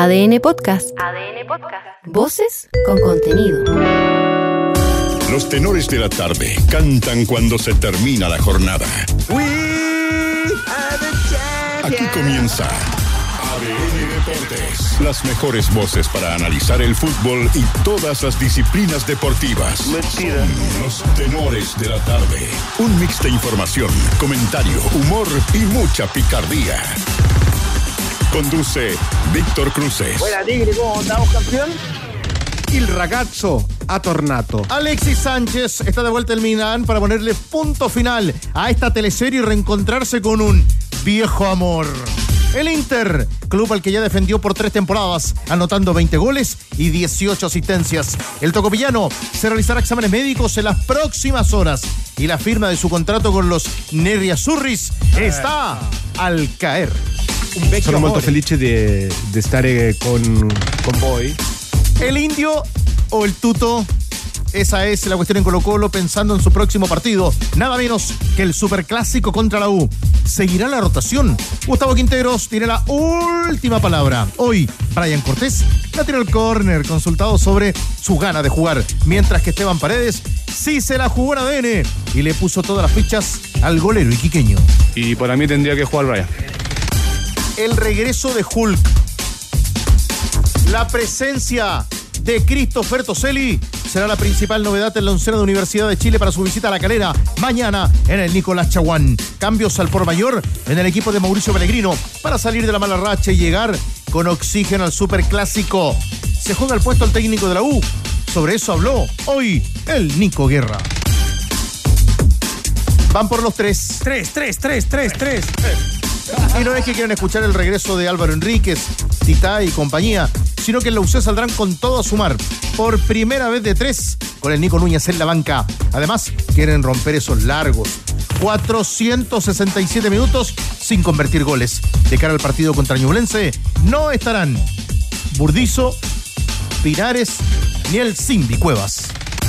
ADN Podcast. ADN Podcast. Voces con contenido. Los tenores de la tarde cantan cuando se termina la jornada. Aquí comienza ADN Deportes. Las mejores voces para analizar el fútbol y todas las disciplinas deportivas. Mentira. Son los tenores de la tarde. Un mix de información, comentario, humor y mucha picardía. Conduce Víctor Cruces. Buena, Tigre, ¿cómo andamos, campeón? Il ragazzo ha tornato. Alexis Sánchez está de vuelta en Milán para ponerle punto final a esta teleserie y reencontrarse con un viejo amor. El Inter, club al que ya defendió por 3 temporadas, anotando 20 goles y 18 asistencias. El tocopillano se realizará exámenes médicos en las próximas horas y la firma de su contrato con los Nerazzurris está al caer. Un vecchio Sono molto felice di stare con voi. El indio o el tuto, esa es la cuestión en Colo-Colo pensando en su próximo partido. Nada menos que el superclásico contra la U. ¿Seguirá la rotación? Gustavo Quinteros tiene la última palabra. Hoy, Brian Cortés la tiró al córner, consultado sobre su gana de jugar. Mientras que Esteban Paredes sí se la jugó en ADN y le puso todas las fichas al golero iquiqueño. Y para mí tendría que jugar Brian. El regreso de Hulk. La presencia de Christopher Toselli será la principal novedad en la oncena de Universidad de Chile para su visita a La Calera mañana en el Nicolás Chaguán. Cambios al por mayor en el equipo de Mauricio Pellegrino para salir de la mala racha y llegar con oxígeno al superclásico. Se juega el puesto al técnico de la U. Sobre eso habló hoy el Nico Guerra. Van por los 3. 3. Y no es que quieran escuchar el regreso de Álvaro Enríquez, Tita y compañía, sino que en la UC saldrán con todo a sumar. Por primera vez de 3, con el Nico Núñez en la banca. Además, quieren romper esos largos 467 minutos sin convertir goles. De cara al partido contra Ñublense, no estarán Burdizo, Pinares ni el Simbi Cuevas.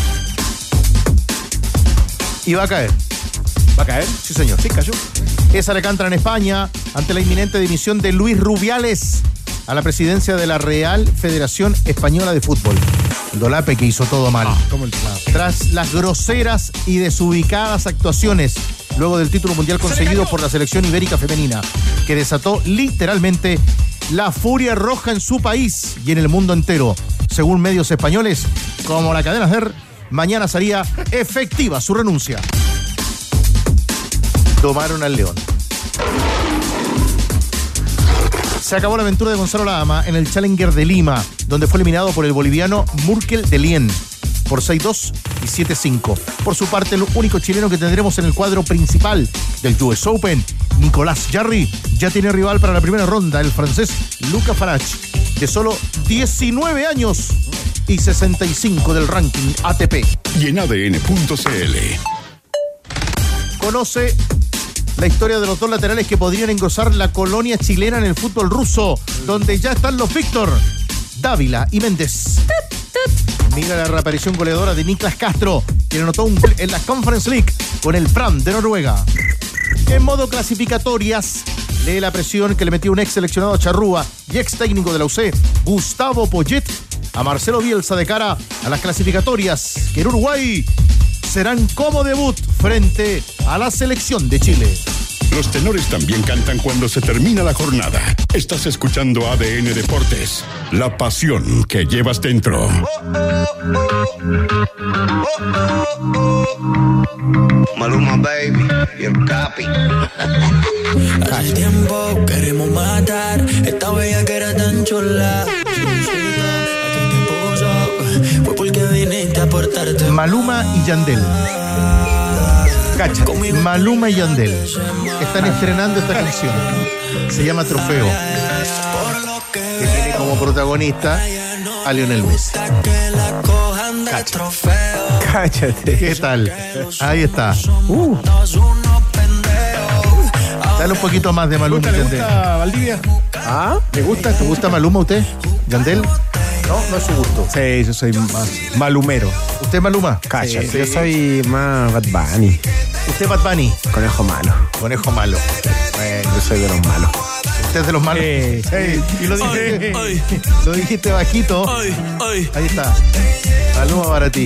Y va a caer. ¿Va a caer? Sí, señor. Sí, cayó. Esa le cantan en España ante la inminente dimisión de Luis Rubiales a la presidencia de la Real Federación Española de Fútbol. Dolape que hizo todo mal. Tras las groseras y desubicadas actuaciones luego del título mundial conseguido por la selección ibérica femenina, que desató literalmente la furia roja en su país y en el mundo entero. Según medios españoles, como la cadena SER, mañana sería efectiva su renuncia. Tomaron al León. Se acabó la aventura de Gonzalo Lama en el Challenger de Lima, donde fue eliminado por el boliviano Murkel de Lien por 6-2 y 7-5. Por su parte, el único chileno que tendremos en el cuadro principal del US Open, Nicolás Jarry, ya tiene rival para la primera ronda, el francés Luca Farach, de solo 19 años y 65 del ranking ATP. Y en ADN.cl. Conoce la historia de los dos laterales que podrían engrosar la colonia chilena en el fútbol ruso, donde ya están los Víctor, Dávila y Méndez. Mira la reaparición goleadora de Niklas Castro, quien anotó un gol en la Conference League con el Fram de Noruega. En modo clasificatorias, lee la presión que le metió un ex seleccionado charrúa y ex técnico de la UC, Gustavo Poyet, a Marcelo Bielsa de cara a las clasificatorias, que en Uruguay serán como debut frente a la selección de Chile. Los tenores también cantan cuando se termina la jornada. Estás escuchando ADN Deportes, la pasión que llevas dentro. Maluma, baby, y el Capi. Hace tiempo queremos matar esta bella que era tan chula. Fue porque viniste a portarte. Maluma y Yandel. Cacha, Maluma y Yandel están estrenando esta canción. Se llama Trofeo, que tiene como protagonista a Lionel Messi. Cacha. Cállate. ¿Qué tal? Ahí está. Dale un poquito más de Maluma y ¿Le Yandel. gusta Valdivia? ¿Ah? ¿Le gusta? ¿Te gusta Maluma a usted? ¿Yandel? No es su gusto. Sí, yo soy más malumero. ¿Usted es Maluma? Cállate. Sí. Yo soy más Bad Bunny. ¿Usted Bad Bunny? Conejo malo. Conejo malo. Yo soy de los malos. Este es de los malos. Y lo dijiste bajito. Ahí está. Saludos para ti.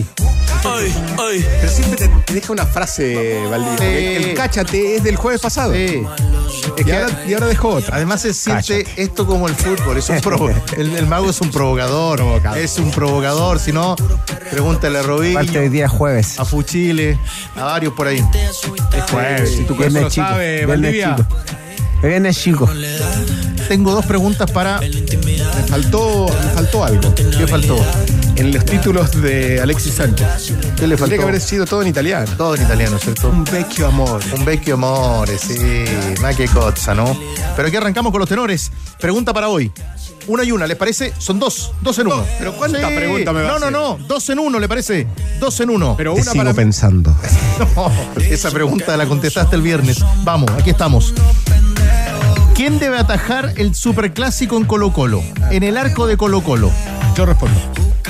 Pero siempre te deja una frase, Valdivia. El cáchate es del jueves pasado. Sí. Y ahora dejó otra. Además se siente esto como el fútbol. Es el mago es un provocador. Es un provocador. Si no, pregúntale a Robinho. Parte del día jueves. A Fuchile. A varios por ahí. Es jueves. Si tu cuerpo lo sabe, Valdivia. Viernes chico. Tengo dos preguntas para... Me faltó algo. ¿Qué faltó? En los títulos de Alexis Sánchez. ¿Qué le faltó? Tendría que haber sido todo en italiano. Todo en italiano, ¿cierto? Un vecchio amore. Un vecchio amore, sí. Más que cosa, ¿no? Pero aquí arrancamos con los tenores. Pregunta para hoy. Una y una, ¿les parece? Son dos en uno. Pero ¿cuánta pregunta me va a hacer? No, 2 en 1, ¿le parece? 2 en 1. Pero Te una sigo para pensando. No, esa pregunta la contestaste el viernes. Vamos, aquí estamos. ¿Quién debe atajar el superclásico en Colo-Colo? En el arco de Colo-Colo. Yo respondo.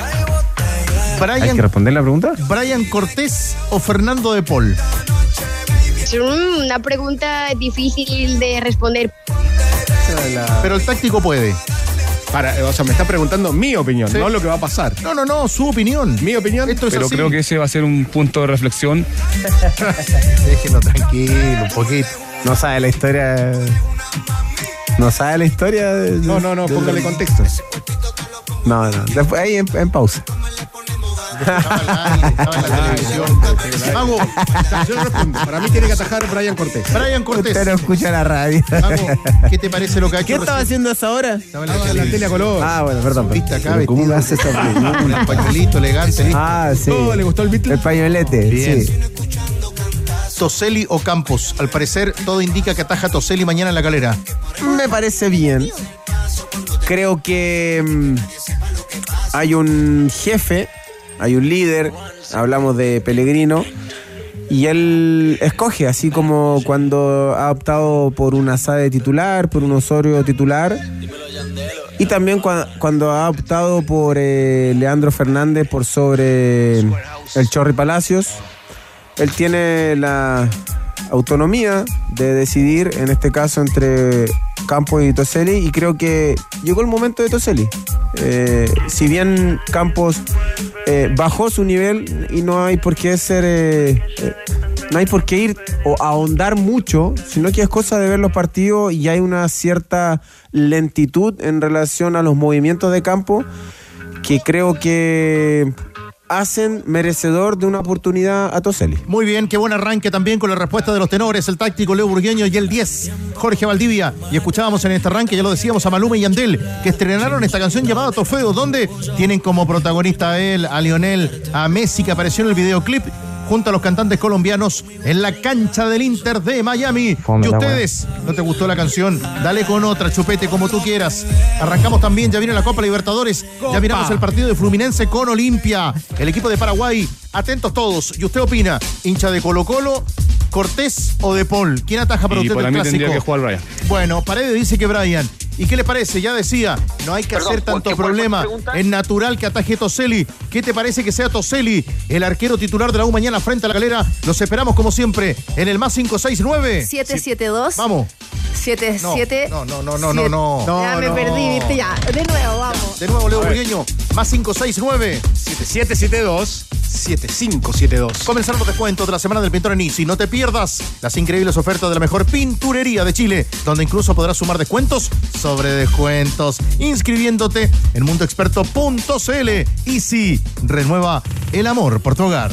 ¿Hay que responder la pregunta? ¿Brian Cortés o Fernando de Paul? Es una pregunta difícil de responder. Pero el táctico puede. O sea, me está preguntando mi opinión, Sí. no lo que va a pasar. No, su opinión. Mi opinión. Esto es Pero así. creo que ese va a ser un punto de reflexión. Déjenlo tranquilo, un poquito. No sabe la historia. No sabe la historia. No, póngale contexto. No. Después ahí en pausa. Estaba en la televisión. Mago, Yo respondo. Para mí tiene que atajar Brian Cortés. Brian Cortés. Usted no escucha la radio. Mago, ¿qué te parece lo que ha hecho? ¿Qué estaba haciendo a esa hora? Estaba en En la tele a color. Ah, bueno, perdón. Viste acá, Pero ¿cómo vestido. me hace esa pregunta? Con el pañuelito elegante, listo. Ah, sí. No, ¿le gustó el Beatle? El pañuelete, Bien. sí. Toselli o Campos. Al parecer, todo indica que ataja Toselli mañana en La Calera. Me parece bien. Creo que hay un jefe, hay un líder, hablamos de Pellegrino, y él escoge, así como cuando ha optado por una Sade titular, por un Osorio titular, y también cuando ha optado por Leandro Fernández por sobre el Chorri Palacios. Él tiene la autonomía de decidir, en este caso, entre Campos y Toselli, y creo que llegó el momento de Toselli. Si bien Campos bajó su nivel y no hay por qué ser... no hay por qué ir o ahondar mucho, sino que es cosa de ver los partidos y hay una cierta lentitud en relación a los movimientos de campo que creo que hacen merecedor de una oportunidad a Toselli. Muy bien, qué buen arranque también con la respuesta de los tenores, el táctico Leo Burgueño y el 10, Jorge Valdivia. Y escuchábamos en este arranque, ya lo decíamos, a Maluma y Yandel, que estrenaron esta canción llamada Tofeo, donde tienen como protagonista a él, a Lionel, a Messi, que apareció en el videoclip, junto a los cantantes colombianos en la cancha del Inter de Miami. Y ustedes, ¿no te gustó la canción? Dale con otra, chupete, como tú quieras. Arrancamos también, ya viene la Copa Libertadores. Ya miramos el partido de Fluminense con Olimpia. El equipo de Paraguay, atentos todos. ¿Y usted opina? ¿Hincha de Colo-Colo, Cortés o de Paul? ¿Quién ataja para Y usted para el mí clásico? tendría que jugar Brian. Bueno, Paredes dice que Brian. ¿Y qué le parece? Ya decía, no hay que hacer tanto problema. Es natural que ataje Toselli. ¿Qué te parece que sea Toselli el arquero titular de la U mañana frente a La Calera? Los esperamos como siempre en el más 569. 772. Vamos. 77. No. Ya me perdí, viste, ya. De nuevo, vamos. De nuevo, Leo Burgueño. Más 569. 7772-7572. Comenzaron los descuentos de la Semana del Pintor en Easy. No te pierdas las increíbles ofertas de la mejor pinturería de Chile, donde incluso podrás sumar descuentos sobre descuentos, inscribiéndote en mundoexperto.cl. Easy, renueva el amor por tu hogar.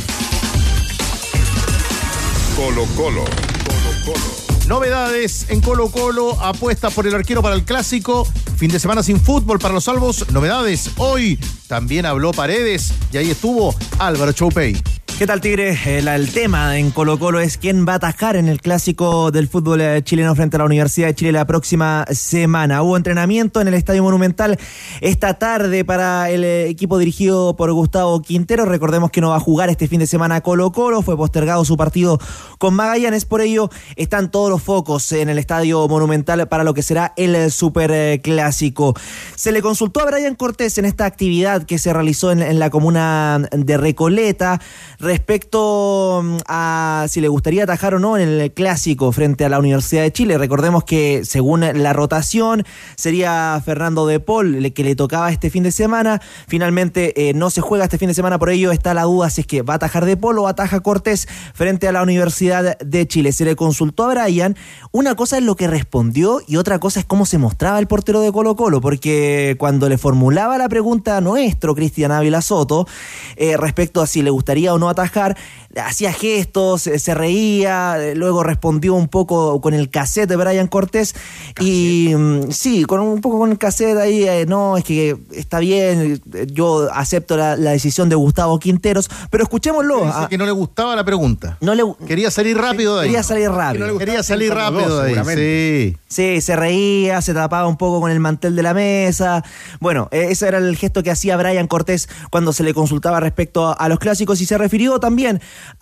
Colo-Colo. Novedades en Colo-Colo, apuesta por el arquero para el clásico, fin de semana sin fútbol para los salvos, novedades, hoy también habló Paredes y ahí estuvo Álvaro Choupey. ¿Qué tal, Tigre? El tema en Colo-Colo es quién va a atajar en el clásico del fútbol chileno frente a la Universidad de Chile la próxima semana. Hubo entrenamiento en el Estadio Monumental esta tarde para el equipo dirigido por Gustavo Quintero. Recordemos que no va a jugar este fin de semana Colo-Colo, fue postergado su partido con Magallanes, por ello están todos los focos en el Estadio Monumental para lo que será el superclásico. Se le consultó a Brian Cortés en esta actividad que se realizó en la comuna de Recoleta. respecto a si le gustaría atajar o no en el clásico frente a la Universidad de Chile. Recordemos que según la rotación sería Fernando de Paul que le tocaba este fin de semana. Finalmente no se juega este fin de semana, por ello está la duda si es que va a atajar de Paul o ataja Cortés frente a la Universidad de Chile. Se le consultó a Brian, una cosa es lo que respondió y otra cosa es cómo se mostraba el portero de Colo-Colo, porque cuando le formulaba la pregunta a nuestro Cristian Ávila Soto respecto a si le gustaría o no atajar, hacía gestos, se reía, luego respondió un poco con el cassette de Brian Cortés y sí, un poco con el cassette ahí, no, es que está bien, yo acepto la decisión de Gustavo Quinteros, pero escuchémoslo. Dice que no le gustaba la pregunta. Quería salir rápido de ahí. Quería salir rápido de ahí. Sí, se reía, se tapaba un poco con el mantel de la mesa. Bueno, ese era el gesto que hacía Brian Cortés cuando se le consultaba respecto a los clásicos y se refirió también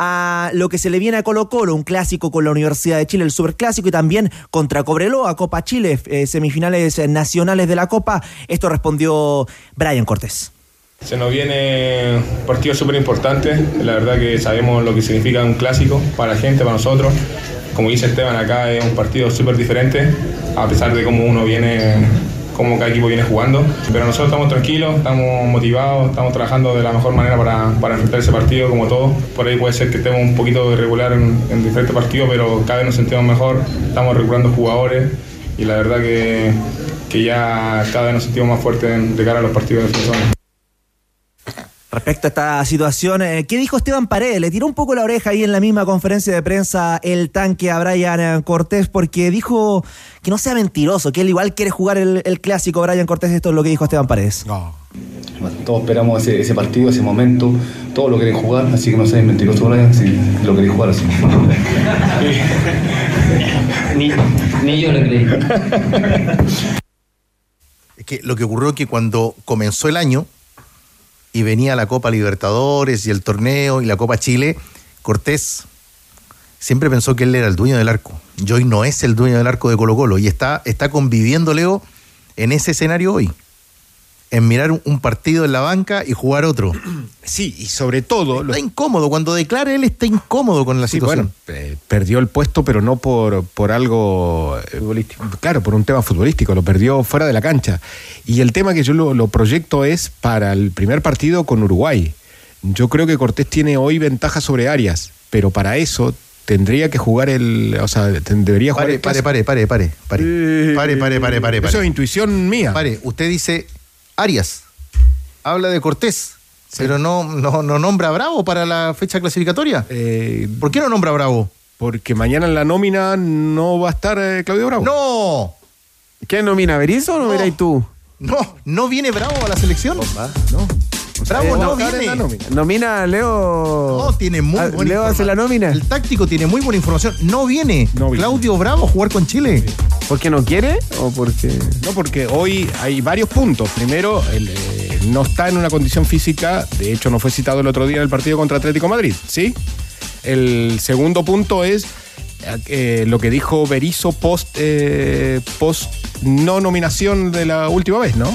a lo que se le viene a Colo-Colo, un clásico con la Universidad de Chile, el Superclásico, y también contra Cobreloa, Copa Chile, semifinales nacionales de la Copa. Esto respondió Brian Cortés. Se nos viene un partido súper importante, la verdad que sabemos lo que significa un clásico para la gente, para nosotros. Como dice Esteban, acá es un partido súper diferente, a pesar de cómo uno viene, cómo cada equipo viene jugando. Pero nosotros estamos tranquilos, estamos motivados, estamos trabajando de la mejor manera para enfrentar ese partido como todos. Por ahí puede ser que estemos un poquito irregular en diferentes partidos, pero cada vez nos sentimos mejor, estamos recuperando jugadores y la verdad que ya cada vez nos sentimos más fuertes de cara a los partidos de fin. Respecto a esta situación, ¿qué dijo Esteban Paredes? Le tiró un poco la oreja ahí en la misma conferencia de prensa el tanque a Brian Cortés, porque dijo que no sea mentiroso, que él igual quiere jugar el clásico. Brian Cortés, esto es lo que dijo Esteban Paredes. No. Todos esperamos ese partido, ese momento, todos lo quieren jugar, así que no seas mentiroso, Brian, si lo queréis jugar así. Ni yo lo creí. Es que lo que ocurrió es que cuando comenzó el año y venía la Copa Libertadores y el torneo y la Copa Chile, Cortés siempre pensó que él era el dueño del arco. Y hoy no es el dueño del arco de Colo-Colo y está conviviendo, Leo, en ese escenario hoy. En mirar un partido en la banca y jugar otro. Sí, y sobre todo... Está incómodo, cuando declara él está incómodo con la situación. Bueno, perdió el puesto, pero no por algo... futbolístico. Claro, por un tema futbolístico, lo perdió fuera de la cancha. Y el tema que yo lo proyecto es para el primer partido con Uruguay. Yo creo que Cortés tiene hoy ventaja sobre Arias, pero para eso tendría que jugar debería jugar... Pare. Eso es intuición mía. Usted dice... Arias habla de Cortés, sí, pero no nombra a Bravo para la fecha clasificatoria. ¿Por qué no nombra a Bravo? Porque mañana en la nómina no va a estar Claudio Bravo. ¡No! ¿Qué nomina? ¿Berizzo o no miráis tú? No viene Bravo a la selección. No. Bravo no viene. Nomina a Leo. No, tiene muy buena Leo información. hace la nómina. El táctico tiene muy buena información. No viene Claudio Bravo a jugar con Chile. Sí. ¿Por qué no quiere? ¿O porque...? No, porque hoy hay varios puntos. Primero, no está en una condición física. De hecho, no fue citado el otro día en el partido contra Atlético Madrid, ¿sí? El segundo punto es lo que dijo Berizzo post no nominación de la última vez, ¿no?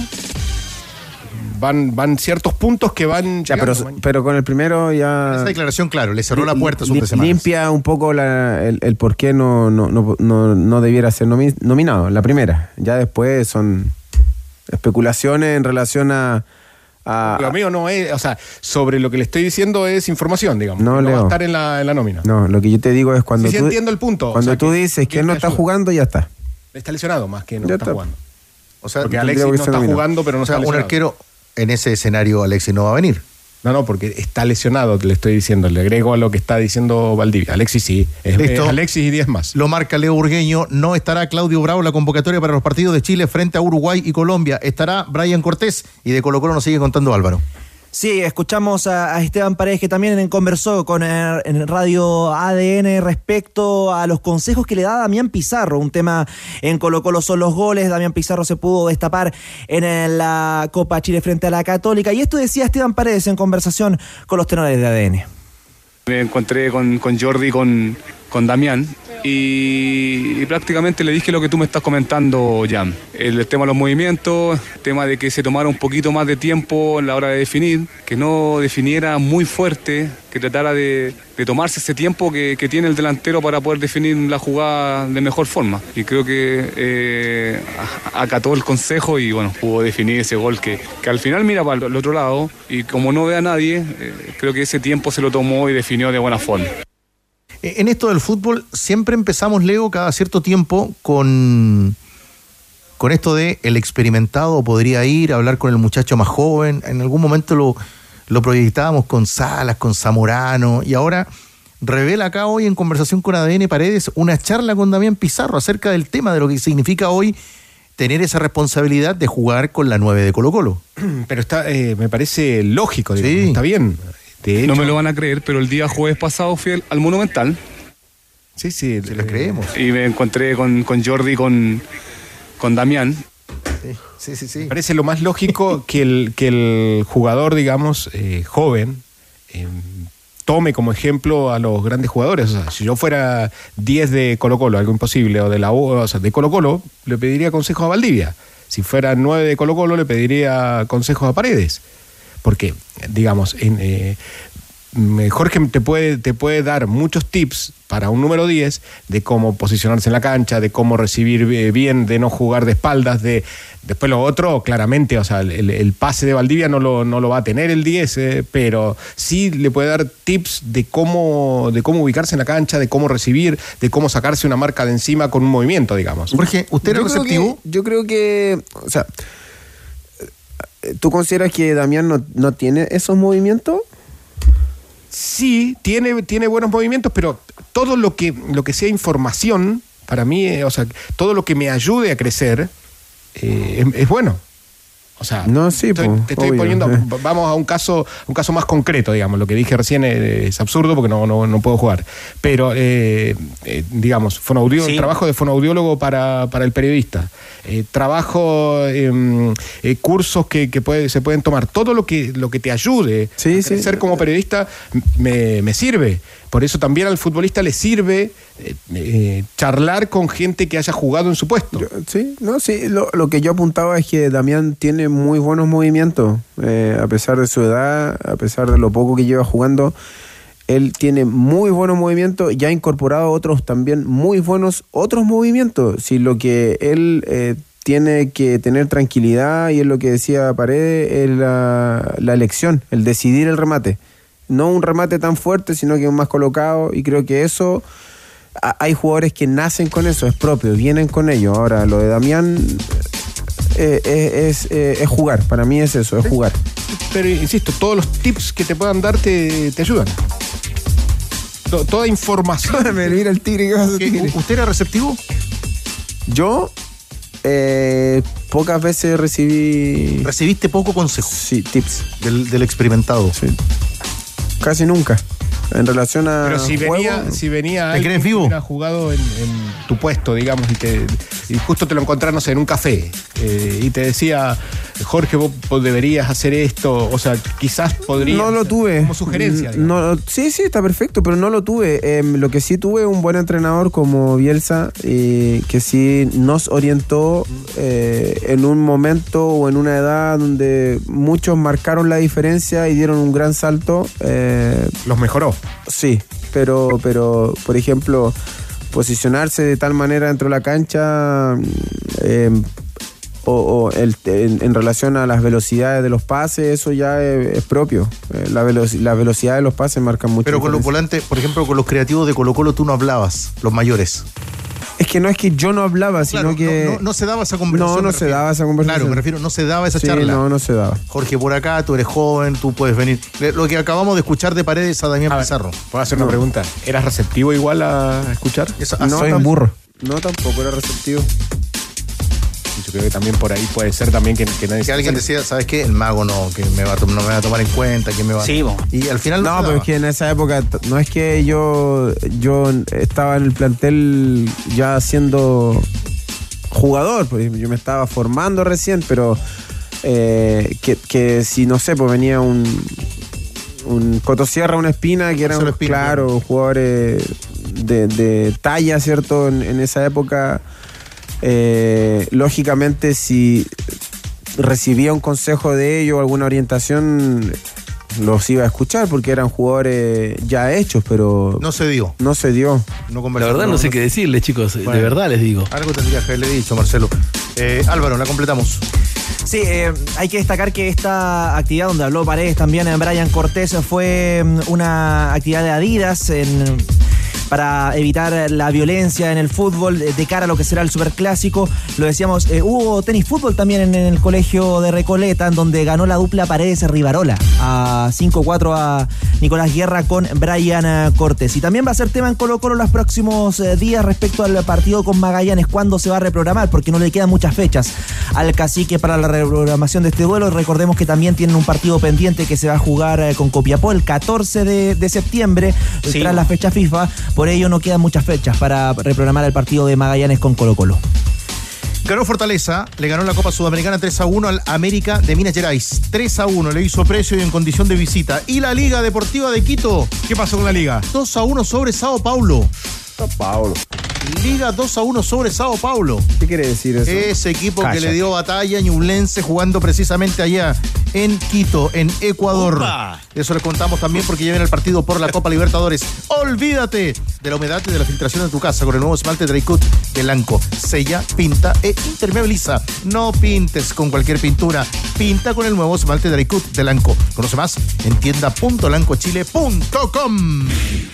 Van ciertos puntos que van ya, pero con el primero ya... Esa declaración, claro, le cerró la puerta a sus 3 semanas. Limpia un poco el por qué no debiera ser nominado, la primera. Ya después son especulaciones en relación a... Lo mío no es, sobre lo que le estoy diciendo es información, digamos. No va a estar en la nómina. No, lo que yo te digo es cuando sí, entiendo el punto. Cuando tú dices que él no está jugando, ya está. Está lesionado más que no está jugando. Porque Alexis no está jugando, pero no está lesionado. Un arquero... En ese escenario Alexis no va a venir. No, porque está lesionado, le estoy diciendo. Le agrego a lo que está diciendo Valdivia. Alexis sí. Es Alexis y 10 más. Lo marca Leo Burgueño. No estará Claudio Bravo en la convocatoria para los partidos de Chile frente a Uruguay y Colombia. Estará Brian Cortés y de Colo-Colo nos sigue contando Álvaro. Sí, escuchamos a Esteban Paredes, que también conversó en Radio ADN respecto a los consejos que le da Damián Pizarro. Un tema en Colo-Colo son los goles. Damián Pizarro se pudo destapar en la Copa Chile frente a la Católica. Y esto decía Esteban Paredes en conversación con los tenores de ADN. Me encontré con Jordi, con Damián, y prácticamente le dije lo que tú me estás comentando, Jan. El tema de los movimientos, el tema de que se tomara un poquito más de tiempo a la hora de definir, que no definiera muy fuerte, que tratara de tomarse ese tiempo que tiene el delantero para poder definir la jugada de mejor forma. Y creo que acató el consejo y bueno, pudo definir ese gol que al final mira para el otro lado y como no ve a nadie, creo que ese tiempo se lo tomó y definió de buena forma. En esto del fútbol siempre empezamos, Leo, cada cierto tiempo con esto de el experimentado podría ir a hablar con el muchacho más joven. En algún momento lo proyectábamos con Salas, con Zamorano, y ahora revela acá hoy en conversación con ADN Paredes una charla con Damián Pizarro acerca del tema de lo que significa hoy tener esa responsabilidad de jugar con la 9 de Colo-Colo. Pero está, me parece lógico, digamos, sí. Está bien. De hecho, no me lo van a creer, pero el día jueves pasado fui al Monumental. Sí, se les creemos. Y me encontré con Jordi, con Damián. Sí. Me parece lo más lógico que el jugador, digamos, joven, tome como ejemplo a los grandes jugadores. O sea, si yo fuera 10 de Colo-Colo, algo imposible, o de la U, o sea, de Colo-Colo, le pediría consejos a Valdivia. Si fuera 9 de Colo-Colo, le pediría consejos a Paredes. Porque, digamos, Jorge te puede dar muchos tips para un número 10 de cómo posicionarse en la cancha, de cómo recibir bien, de no jugar de espaldas, después lo otro, claramente, o sea, el pase de Valdivia no lo va a tener el 10, pero sí le puede dar tips de cómo ubicarse en la cancha, de cómo recibir, de cómo sacarse una marca de encima con un movimiento, digamos. Jorge, ¿usted era receptivo? Yo creo que, o sea, ¿tú consideras que Damián no tiene esos movimientos? Sí, tiene buenos movimientos, pero todo lo que sea información, para mí, o sea, todo lo que me ayude a crecer, es bueno. O sea, no, sí, te estoy poniendo, vamos a un caso más concreto, digamos. Lo que dije recién es absurdo porque no puedo jugar. Pero, digamos, el trabajo de fonoaudiólogo para el periodista, cursos que se pueden tomar, todo lo que te ayude a crecer como periodista me sirve. Por eso también al futbolista le sirve charlar con gente que haya jugado en su puesto. Lo que yo apuntaba es que Damián tiene muy buenos movimientos, a pesar de su edad, a pesar de lo poco que lleva jugando. Él tiene muy buenos movimientos y ha incorporado otros también muy buenos otros movimientos. Si lo que él tiene que tener tranquilidad, y es lo que decía Paredes, es la elección, el decidir el remate. No un remate tan fuerte, sino que un más colocado, y creo que eso, hay jugadores que nacen con eso, es propio, vienen con ello. Ahora, lo de Damián es jugar, para mí es eso, es jugar. Pero insisto, todos los tips que te puedan dar te ayudan. Toda información. Mira el tigre, ¿qué pasa, tigre? ¿Usted era receptivo? Yo pocas veces recibí... ¿Recibiste poco consejo? Sí, tips. Del experimentado. Sí. Casi nunca. En relación a... Pero si venía ¿te crees vivo? Hubiera jugado en tu puesto, digamos, y justo te lo encontrás, no sé, en un café, y te decía, Jorge, vos deberías hacer esto, o sea, quizás podrías... No lo tuve. Como sugerencia. Sí, está perfecto, pero no lo tuve. Lo que sí tuve, un buen entrenador como Bielsa, que sí nos orientó en un momento o en una edad donde muchos marcaron la diferencia y dieron un gran salto. Los mejoró. Sí, pero por ejemplo, posicionarse de tal manera dentro de la cancha en relación a las velocidades de los pases, eso ya es propio. La velocidad de los pases marca mucho. Pero con los volantes, por ejemplo, con los creativos de Colo-Colo tú no hablabas, los mayores. Es que no es que yo no hablaba, claro, sino que... No se daba esa conversación. No se daba esa conversación. Claro, me refiero, no se daba esa charla. No se daba. Jorge, por acá, tú eres joven, tú puedes venir. Lo que acabamos de escuchar de Paredes a Damián Pizarro. ¿Puedo hacer una pregunta? ¿Eras receptivo igual a escuchar? Soy un burro. No, tampoco era receptivo. Yo creo que también por ahí puede ser también que nadie... Que alguien decía, ¿sabes qué? El mago no me va a tomar en cuenta, que me va a... Sí, bueno. Y al final no, pero es que en esa época no es que yo estaba en el plantel ya siendo jugador, pues yo me estaba formando recién, pero que si no sé, pues venía un Cotosierra, una Espina, que eran, claro, jugadores de talla, ¿cierto? En esa época, lógicamente, si recibía un consejo de ellos, alguna orientación, los iba a escuchar porque eran jugadores ya hechos, pero no se dio. No se dio. No la verdad no sé qué decirles, chicos. Bueno, de verdad les digo. Algo tendría que haberle dicho, Marcelo. Álvaro, la completamos. Sí, hay que destacar que esta actividad donde habló Paredes también Brian Cortés fue una actividad de Adidas para evitar la violencia en el fútbol de cara a lo que será el Superclásico. Lo decíamos, hubo tenis fútbol también en el colegio de Recoleta, en donde ganó la dupla Paredes-Rivarola a 5-4 a Nicolás Guerra con Brian Cortés. Y también va a ser tema en Colo-Colo los próximos días respecto al partido con Magallanes, cuándo se va a reprogramar, porque no le quedan muchas fechas al Cacique para la reprogramación de este duelo. Recordemos que también tienen un partido pendiente que se va a jugar con Copiapó el 14 de septiembre, sí, tras la fecha FIFA. Por ello no quedan muchas fechas para reprogramar el partido de Magallanes con Colo-Colo. Ganó Fortaleza, le ganó la Copa Sudamericana 3-1 al América de Minas Gerais. 3-1, le hizo precio y en condición de visita. Y la Liga Deportiva de Quito. ¿Qué pasó con la Liga? 2-1 sobre Sao Paulo. Sao Paulo. Liga 2-1 sobre Sao Paulo. ¿Qué quiere decir eso? Ese equipo que le dio batalla a Ñublense jugando precisamente allá en Quito, en Ecuador. ¡Opa! Eso les contamos también porque ya viene el partido por la Copa Libertadores. Olvídate de la humedad y de la filtración en tu casa con el nuevo esmalte Dreycut de Lanco. Sella, pinta e impermeabiliza. No pintes con cualquier pintura. Pinta con el nuevo esmalte Dreycut de Lanco. Conoce más en tienda.lancochile.com.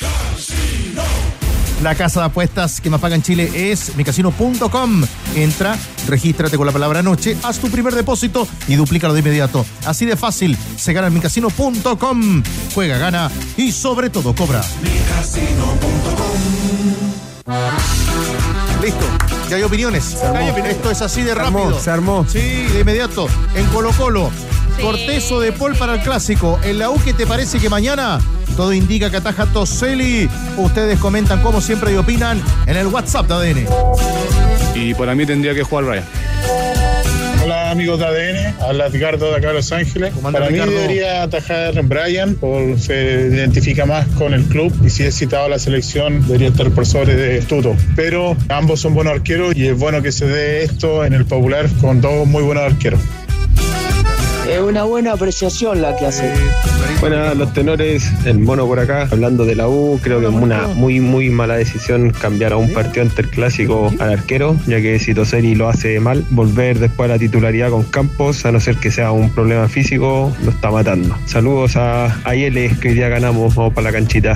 La casa de apuestas que más paga en Chile es micasino.com. Entra, regístrate con la palabra noche, haz tu primer depósito y duplícalo de inmediato. Así de fácil, se gana en micasino.com. Juega, gana y sobre todo cobra. Micasino.com. Listo, ya hay opiniones. Esto es así de rápido. Se armó. Sí, de inmediato. En Colo-Colo. Sí. Cortés o De Paul para el clásico. En la U, ¿qué te parece que mañana? Todo indica que ataja Toselli. Ustedes comentan como siempre y opinan en el WhatsApp de ADN. Y para mí tendría que jugar Brian. Hola amigos de ADN, habla Edgardo de acá de Los Ángeles. Para mí debería atajar Brian, se identifica más con el club y si es citado a la selección debería estar por sobre de Tuto. Pero ambos son buenos arqueros y es bueno que se dé esto en el Popular con dos muy buenos arqueros. Es una buena apreciación la que hace. Bueno, los tenores, el mono por acá, hablando de la U, creo que es una muy mala decisión cambiar a un partido interclásico al arquero, ya que si Toselli lo hace mal, volver después a la titularidad con Campos, a no ser que sea un problema físico, lo está matando. Saludos a Yeles, que hoy día ganamos, vamos para la canchita.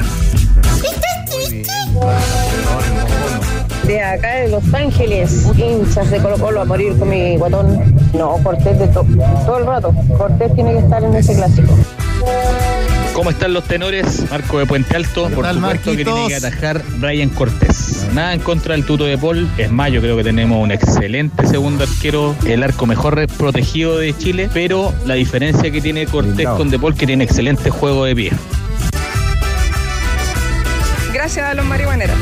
De acá de Los Ángeles, hinchas de Colo-Colo a morir con mi guatón. No, Cortés de todo el rato. Cortés tiene que estar en ese clásico. ¿Cómo están los tenores? Marco de Puente Alto. Por supuesto que tiene que atajar Brian Cortés. Nada en contra del Tuto de Paul. Es más, yo creo que tenemos un excelente segundo arquero, el arco mejor protegido de Chile, pero la diferencia que tiene Cortés con de Paul, que tiene excelente juego de pie. Gracias a los marihuaneros.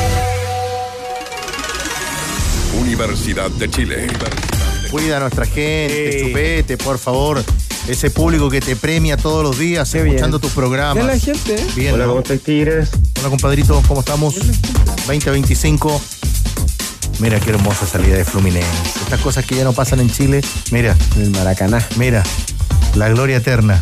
Universidad de Chile. Cuida a nuestra gente, Chupete, por favor. Ese público que te premia todos los días, escuchando tus programas. Bien la gente. Bien, hola, ¿cómo estás, Tigres? Hola, compadrito, ¿cómo estamos? 2025. Mira qué hermosa salida de Fluminense. Estas cosas que ya no pasan en Chile. Mira. El Maracaná. Mira. La gloria eterna.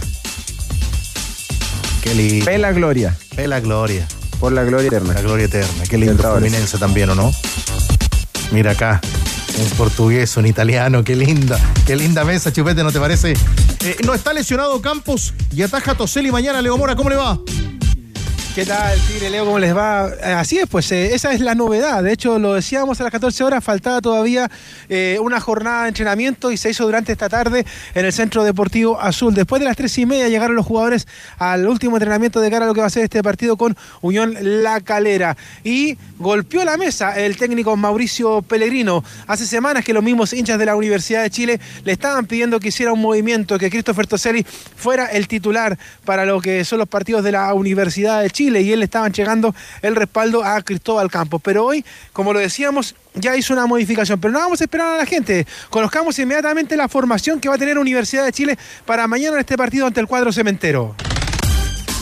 Qué lindo. Pela gloria. Pela gloria. Por la gloria eterna. La gloria eterna. Qué lindo Fluminense también, ¿o no? Mira acá. Un portugués, un italiano, qué linda mesa, Chupete, ¿no te parece? No está lesionado Campos y ataja Toselli mañana. Leo Mora, ¿cómo le va? ¿Qué tal, Tigre, Leo? ¿Cómo les va? Así es, pues esa es la novedad. De hecho, lo decíamos a las 14 horas, faltaba todavía una jornada de entrenamiento y se hizo durante esta tarde en el Centro Deportivo Azul. Después de las 3:30 llegaron los jugadores al último entrenamiento de cara a lo que va a ser este partido con Unión La Calera. Y golpeó la mesa el técnico Mauricio Pellegrino. Hace semanas que los mismos hinchas de la Universidad de Chile le estaban pidiendo que hiciera un movimiento, que Christopher Toselli fuera el titular para lo que son los partidos de la Universidad de Chile, y él le estaban llegando el respaldo a Cristóbal Campos. Pero hoy, como lo decíamos, ya hizo una modificación. Pero no vamos a esperar a la gente. Conozcamos inmediatamente la formación que va a tener Universidad de Chile para mañana en este partido ante el cuadro cementero.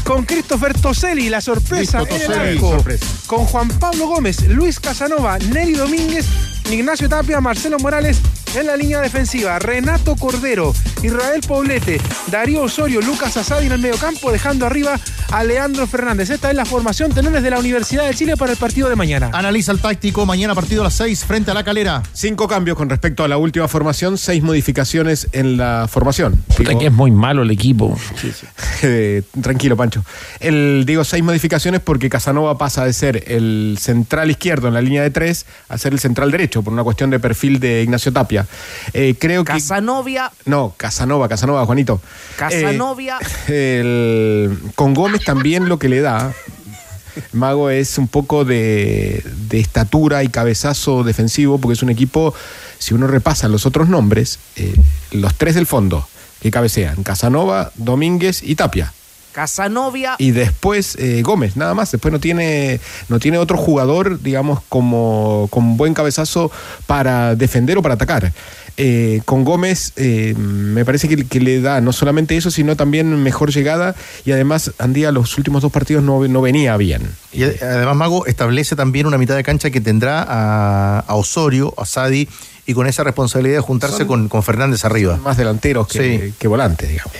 con Christopher Toselli, la sorpresa en el arco. Con Juan Pablo Gómez, Luis Casanova, Neri Domínguez, Ignacio Tapia, Marcelo Morales en la línea defensiva, Renato Cordero, Israel Poblete, Darío Osorio, Lucas Asadi en el mediocampo, dejando arriba a Leandro Fernández. Esta es la formación tenores de la Universidad de Chile para el partido de mañana. Analiza el táctico, mañana partido a las 6 frente a La Calera. 5 cambios con respecto a la última formación, 6 modificaciones en la formación. Puta, que es muy malo el equipo. Tranquilo, Pancho. Digo 6 modificaciones porque Casanova pasa de ser el central izquierdo en la línea de 3 a ser el central derecho, por una cuestión de perfil de Ignacio Tapia. Creo que... Casanova, Juanito. Casanovia. Con Gómez también lo que le da, Mago, es un poco de estatura y cabezazo defensivo, porque es un equipo, si uno repasa los otros nombres, los 3 del fondo que cabecean, Casanova, Domínguez y Tapia. Casanovia. Y después Gómez, nada más. Después no tiene otro jugador, digamos, con buen cabezazo para defender o para atacar. Con Gómez me parece que le da no solamente eso, sino también mejor llegada, y además Andía los últimos 2 partidos no venía bien. Y además Mago establece también una mitad de cancha que tendrá a Osorio, a Sadi, y con esa responsabilidad de juntarse con Fernández arriba. Más delanteros que volantes, digamos.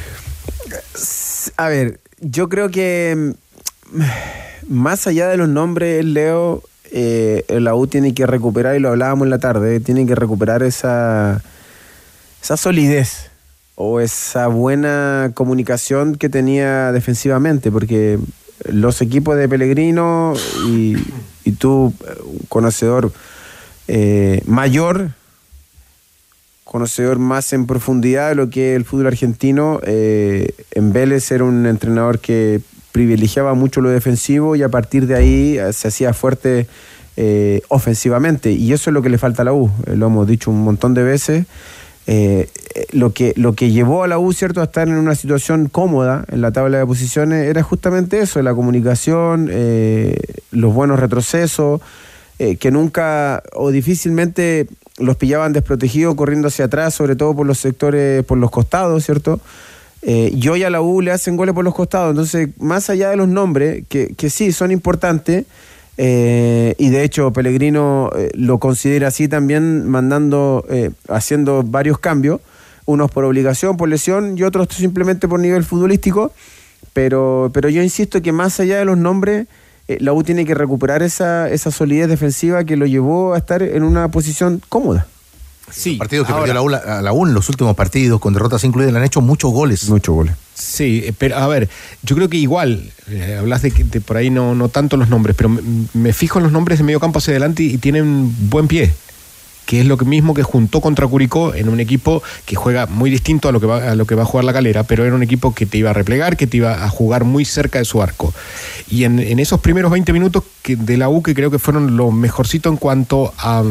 A ver, yo creo que más allá de los nombres, Leo, la U tiene que recuperar, y lo hablábamos en la tarde, tiene que recuperar esa solidez o esa buena comunicación que tenía defensivamente, porque los equipos de Pellegrino y tú, conocedor mayor, conocedor más en profundidad de lo que es el fútbol argentino, en Vélez era un entrenador que privilegiaba mucho lo defensivo y a partir de ahí se hacía fuerte ofensivamente, y eso es lo que le falta a la U, lo hemos dicho un montón de veces. Lo que llevó a la U, ¿cierto?, a estar en una situación cómoda en la tabla de posiciones era justamente eso, la comunicación, los buenos retrocesos, que nunca o difícilmente los pillaban desprotegidos corriendo hacia atrás, sobre todo por los sectores, por los costados, ¿cierto? Y hoy a la U le hacen goles por los costados. Entonces, más allá de los nombres, que sí son importantes, y de hecho Pellegrino lo considera así también, haciendo varios cambios, unos por obligación, por lesión, y otros simplemente por nivel futbolístico, pero yo insisto que más allá de los nombres, la U tiene que recuperar esa solidez defensiva que lo llevó a estar en una posición cómoda. Sí. Partidos que perdió la U en los últimos partidos, con derrotas incluidas, le han hecho muchos goles. Sí, pero a ver, yo creo que igual, hablas de por ahí no tanto los nombres, pero me fijo en los nombres de medio campo hacia adelante y tienen buen pie, que es lo mismo que juntó contra Curicó en un equipo que juega muy distinto a lo que va a jugar La Calera, pero era un equipo que te iba a replegar, que te iba a jugar muy cerca de su arco. Y en esos primeros 20 minutos de la U, que creo que fueron lo mejorcito en cuanto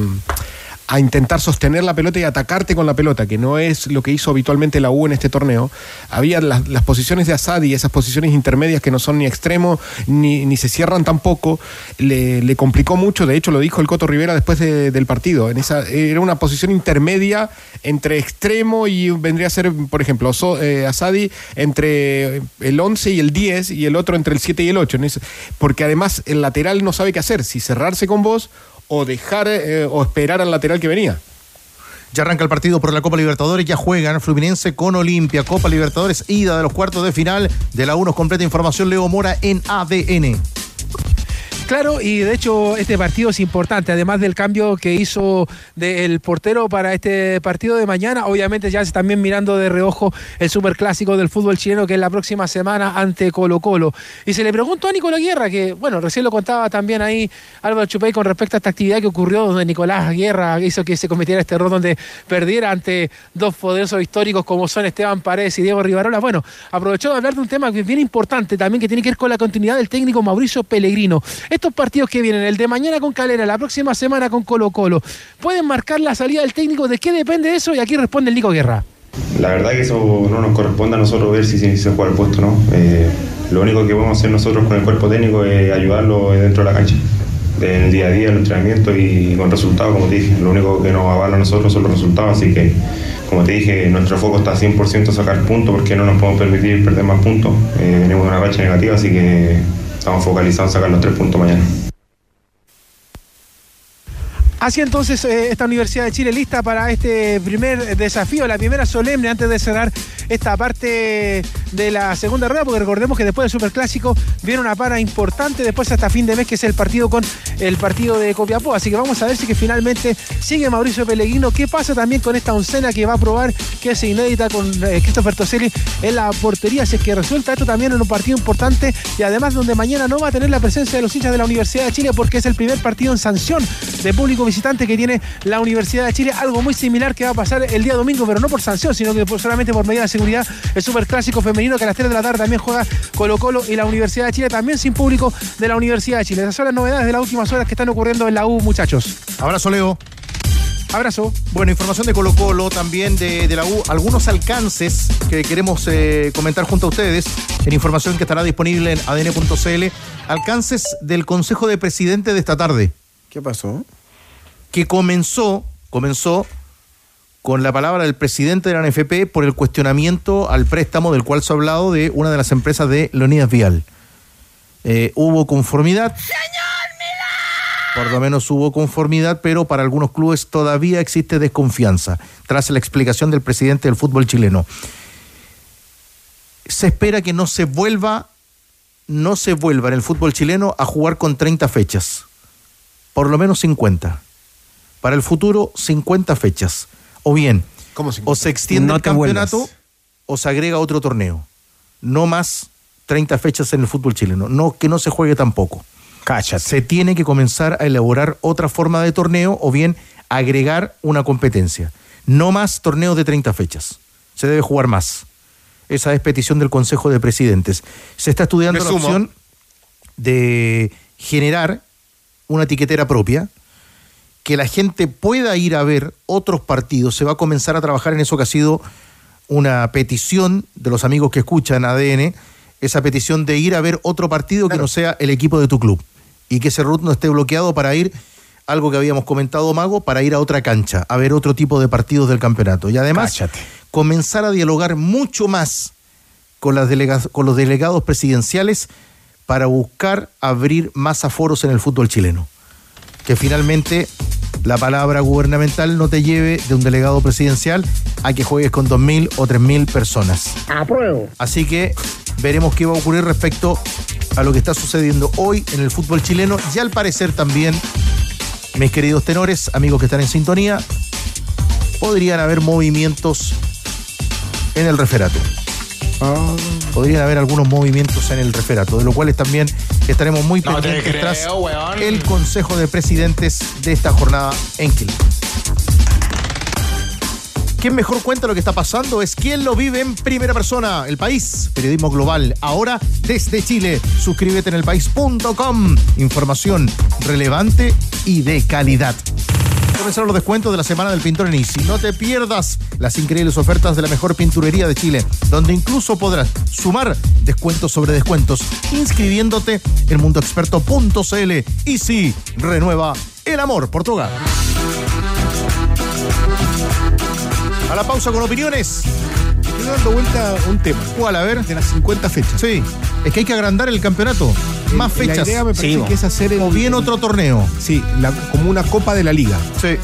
a intentar sostener la pelota y atacarte con la pelota, que no es lo que hizo habitualmente la U en este torneo. Había las posiciones de Asadi, esas posiciones intermedias que no son ni extremo ni se cierran tampoco, le complicó mucho. De hecho lo dijo el Coto Rivera después del partido. Era una posición intermedia entre extremo y vendría a ser, por ejemplo, Asadi entre el 11 y el 10 y el otro entre el 7 y el 8, porque además el lateral no sabe qué hacer, si cerrarse con vos o dejar o esperar al lateral que venía. Ya arranca el partido por la Copa Libertadores, ya juegan Fluminense con Olimpia, Copa Libertadores, ida de los cuartos de final de la U. Nos completa información Leo Mora en ADN. Claro, y de hecho este partido es importante, además del cambio que hizo del portero para este partido de mañana. Obviamente ya se están también mirando de reojo el superclásico del fútbol chileno, que es la próxima semana ante Colo-Colo. Y se le preguntó a Nicolás Guerra, que bueno, recién lo contaba también ahí Álvaro Chupey con respecto a esta actividad que ocurrió, donde Nicolás Guerra hizo que se cometiera este error, donde perdiera ante dos poderosos históricos como son Esteban Paredes y Diego Rivarola. Bueno, aprovechó de hablar de un tema que es bien importante también, que tiene que ver con la continuidad del técnico Mauricio Pellegrino. Estos partidos que vienen, el de mañana con Calera, la próxima semana con Colo-Colo, ¿pueden marcar la salida del técnico? ¿De qué depende eso? Y aquí responde el Nico Guerra. La verdad que eso no nos corresponde a nosotros ver si se juega el puesto, ¿no? Lo único que podemos hacer nosotros con el cuerpo técnico es ayudarlo dentro de la cancha. en el día a día, en el entrenamiento y con resultados, como te dije. Lo único que nos avala a nosotros son los resultados, así que, como te dije, nuestro foco está 100% a sacar puntos porque no nos podemos permitir perder más puntos. Venimos de una racha negativa, así que estamos focalizados en sacar los 3 puntos mañana. Así entonces esta Universidad de Chile lista para este primer desafío, la primera solemne antes de cerrar esta parte de la segunda rueda, porque recordemos que después del Superclásico viene una para importante después hasta fin de mes, que es el partido con el partido de Copiapó. Así que vamos a ver si que finalmente sigue Mauricio Pellegrino. ¿Qué pasa también con esta oncena que va a probar, que es inédita, con Christopher Toselli en la portería? Si es que resulta esto también en un partido importante y además donde mañana no va a tener la presencia de los hinchas de la Universidad de Chile porque es el primer partido en sanción de público visitante que tiene la Universidad de Chile, algo muy similar que va a pasar el día domingo, pero no por sanción, sino que solamente por medida de seguridad, el Superclásico femenino que a las 3 de la tarde también juega Colo-Colo y la Universidad de Chile, también sin público de la Universidad de Chile. Esas son las novedades de las últimas horas que están ocurriendo en la U, muchachos. Abrazo, Leo. Abrazo. Bueno, información de Colo-Colo, también de la U, algunos alcances que queremos comentar junto a ustedes en información que estará disponible en adn.cl. Alcances del Consejo de Presidentes de esta tarde. ¿Qué pasó? Que comenzó con la palabra del presidente de la NFP por el cuestionamiento al préstamo del cual se ha hablado de una de las empresas de Leonidas Vial. Hubo conformidad. Por lo menos hubo conformidad, pero para algunos clubes todavía existe desconfianza, tras la explicación del presidente del fútbol chileno. Se espera que no se vuelva en el fútbol chileno a jugar con 30 fechas. Por lo menos 50. Para el futuro, 50 fechas. O bien, o se extiende el campeonato o se agrega otro torneo. No más 30 fechas en el fútbol chileno. No, que no se juegue tampoco. Cállate. Se tiene que comenzar a elaborar otra forma de torneo o bien agregar una competencia. No más torneos de 30 fechas. Se debe jugar más. Esa es petición del Consejo de Presidentes. Se está estudiando la opción de generar una etiquetera propia, que la gente pueda ir a ver otros partidos. Se va a comenzar a trabajar en eso, que ha sido una petición de los amigos que escuchan ADN, esa petición de ir a ver otro partido que no sea el equipo de tu club, y que ese root no esté bloqueado para ir, algo que habíamos comentado, Mago, para ir a otra cancha, a ver otro tipo de partidos del campeonato. Y además, comenzar a dialogar mucho más con los delegados presidenciales para buscar abrir más aforos en el fútbol chileno. Que finalmente la palabra gubernamental no te lleve de un delegado presidencial a que juegues con 2.000 o 3.000 personas. Apruebo. Así que veremos qué va a ocurrir respecto a lo que está sucediendo hoy en el fútbol chileno. Y al parecer también, mis queridos tenores, amigos que están en sintonía, podrían haber movimientos en el referato. Podrían haber algunos movimientos en el referato, de lo cual también estaremos muy pendientes tras el Consejo de Presidentes de esta jornada en Quilmes. Quien mejor cuenta lo que está pasando es quien lo vive en primera persona. El País, periodismo global, ahora desde Chile. Suscríbete en elpaís.com. Información relevante y de calidad. Comenzaron los descuentos de la semana del pintor en Easy. No te pierdas las increíbles ofertas de la mejor pinturería de Chile, donde incluso podrás sumar descuentos sobre descuentos inscribiéndote en mundoexperto.cl. Easy, renueva el amor por tu hogar. A la pausa con opiniones. Estoy dando vuelta a un tema. ¿Cuál? A ver. De las 50 fechas. Sí. Es que hay que agrandar el campeonato. Más fechas. La idea me parece que es hacer o bien otro torneo. Sí, como una Copa de la Liga. Sí.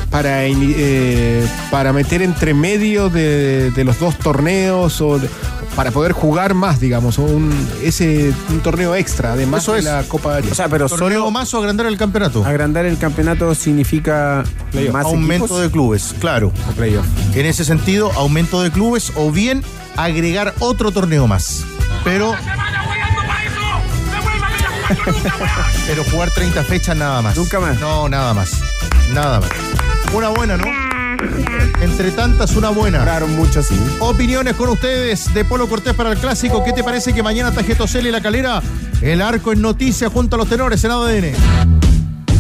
Para meter entre medio de los dos torneos o para poder jugar más, digamos, un torneo extra, además de la Copa de la Liga. O sea, pero ¿torneo solo más o agrandar el campeonato? Agrandar el campeonato significa más aumento equipos de clubes, claro. O playoff. En ese sentido, aumento de clubes o bien agregar otro torneo más. Pero jugar 30 fechas nada más. Nunca más. No, nada más. Nada más. Una buena, ¿no? Entre tantas, una buena. Claro, mucho sí. Opiniones con ustedes de Polo Cortés para el Clásico. ¿Qué te parece que mañana Tajeto Celi y La Calera? El Arco en noticia junto a los tenores en ADN.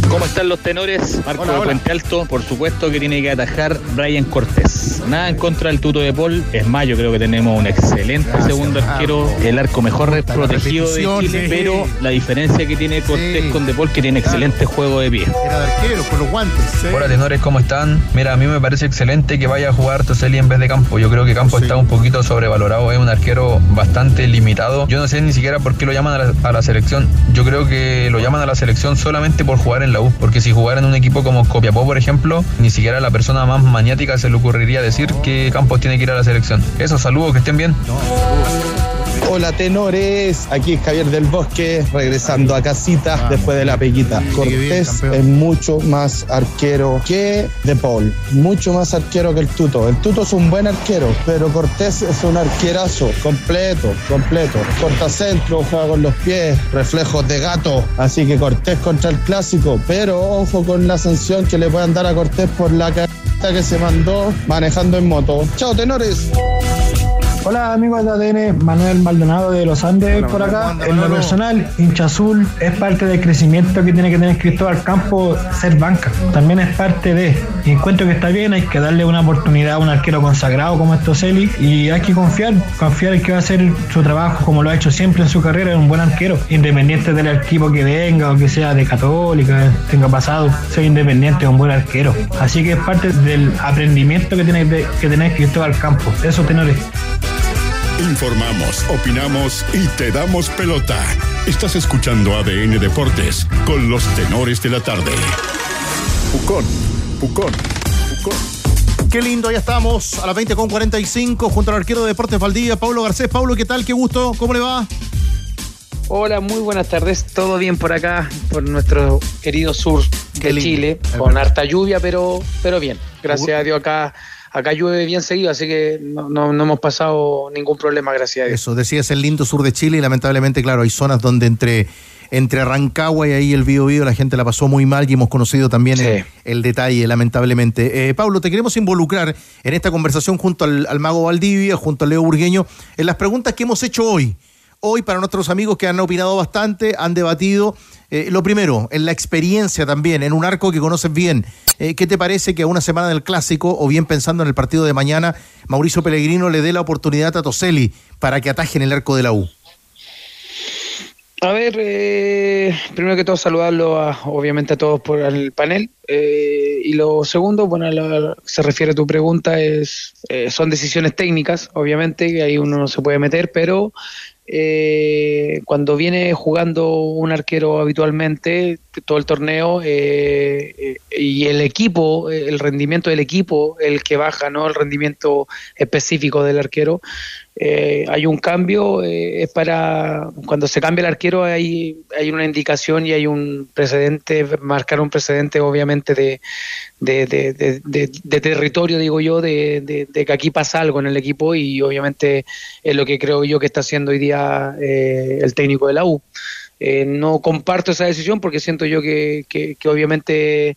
¿Cómo están los tenores? Marco de Puente Alto. Por supuesto que tiene que atajar Brian Cortés. Nada en contra del Tuto de Paul. Es más, yo creo que tenemos un excelente segundo arquero, el arco mejor protegido de Chile, pero la diferencia que tiene Cortés con De Paul, que tiene excelente juego de pie. Era de arquero, con los guantes. Hola tenores, ¿cómo están? Mira, a mí me parece excelente que vaya a jugar Toselli en vez de Campo. Yo creo que Campo está un poquito sobrevalorado, es un arquero bastante limitado. Yo no sé ni siquiera por qué lo llaman a la selección. Yo creo que lo llaman a la selección solamente por jugar en la U, porque si jugara en un equipo como Copiapó, por ejemplo, ni siquiera a la persona más maniática se le ocurriría decir que Campos tiene que ir a la selección. Eso, saludos, que estén bien. Hola tenores, aquí es Javier del Bosque, regresando a casita después de la peguita. Cortés es mucho más arquero que De Paul, mucho más arquero que el Tuto. El Tuto es un buen arquero, pero Cortés es un arquerazo, completo. Cortacentro, juega con los pies, reflejos de gato. Así que Cortés contra el clásico, pero ojo con la sanción que le puedan dar a Cortés por la cagada que se mandó manejando en moto. Chao tenores. Hola amigos de ADN, Manuel Maldonado de los Andes. Hola, por acá. En lo personal, hincha azul, es parte del crecimiento que tiene que tener Cristóbal Campos ser banca. También es parte de, y encuentro que está bien, hay que darle una oportunidad a un arquero consagrado como es Toselli, y hay que confiar en que va a hacer su trabajo como lo ha hecho siempre en su carrera. Es un buen arquero, independiente del equipo que venga o que sea de Católica, tenga pasado, sea independiente, es un buen arquero. Así que es parte del aprendimiento que tiene que tener Cristóbal Campos. Eso, tenores. Informamos, opinamos y te damos pelota. Estás escuchando ADN Deportes con los tenores de la tarde. Pucón. Qué lindo, ya estamos a las 20:45 junto al arquero de Deportes Valdivia, Pablo Garcés. Pablo, ¿qué tal? Qué gusto, ¿cómo le va? Hola, muy buenas tardes. Todo bien por acá, por nuestro querido sur de Chile, con harta lluvia, pero bien. Gracias a Dios acá llueve bien seguido, así que no hemos pasado ningún problema, gracias a Dios. Eso, decías el lindo sur de Chile y lamentablemente, claro, hay zonas donde entre Rancagua y ahí el Biobío la gente la pasó muy mal y hemos conocido también el detalle, lamentablemente. Pablo, te queremos involucrar en esta conversación junto al Mago Valdivia, junto a Leo Burgueño, en las preguntas que hemos hecho hoy. Hoy para nuestros amigos que han opinado bastante, han debatido. Lo primero, en la experiencia también, en un arco que conoces bien, ¿qué te parece que a una semana del Clásico, o bien pensando en el partido de mañana, Mauricio Pellegrino le dé la oportunidad a Toselli para que ataje en el arco de la U? A ver, primero que todo saludarlo obviamente a todos por el panel, y lo segundo, bueno, se refiere a tu pregunta, son decisiones técnicas, obviamente, que ahí uno no se puede meter, pero cuando viene jugando un arquero habitualmente todo el torneo y el equipo, el rendimiento del equipo, el que baja, no el rendimiento específico del arquero, hay un cambio, es para cuando se cambia el arquero hay una indicación y hay un precedente, marcar un precedente obviamente de territorio, digo yo, de que aquí pasa algo en el equipo, y obviamente es lo que creo yo que está haciendo hoy día el técnico de la U. No comparto esa decisión porque siento yo que obviamente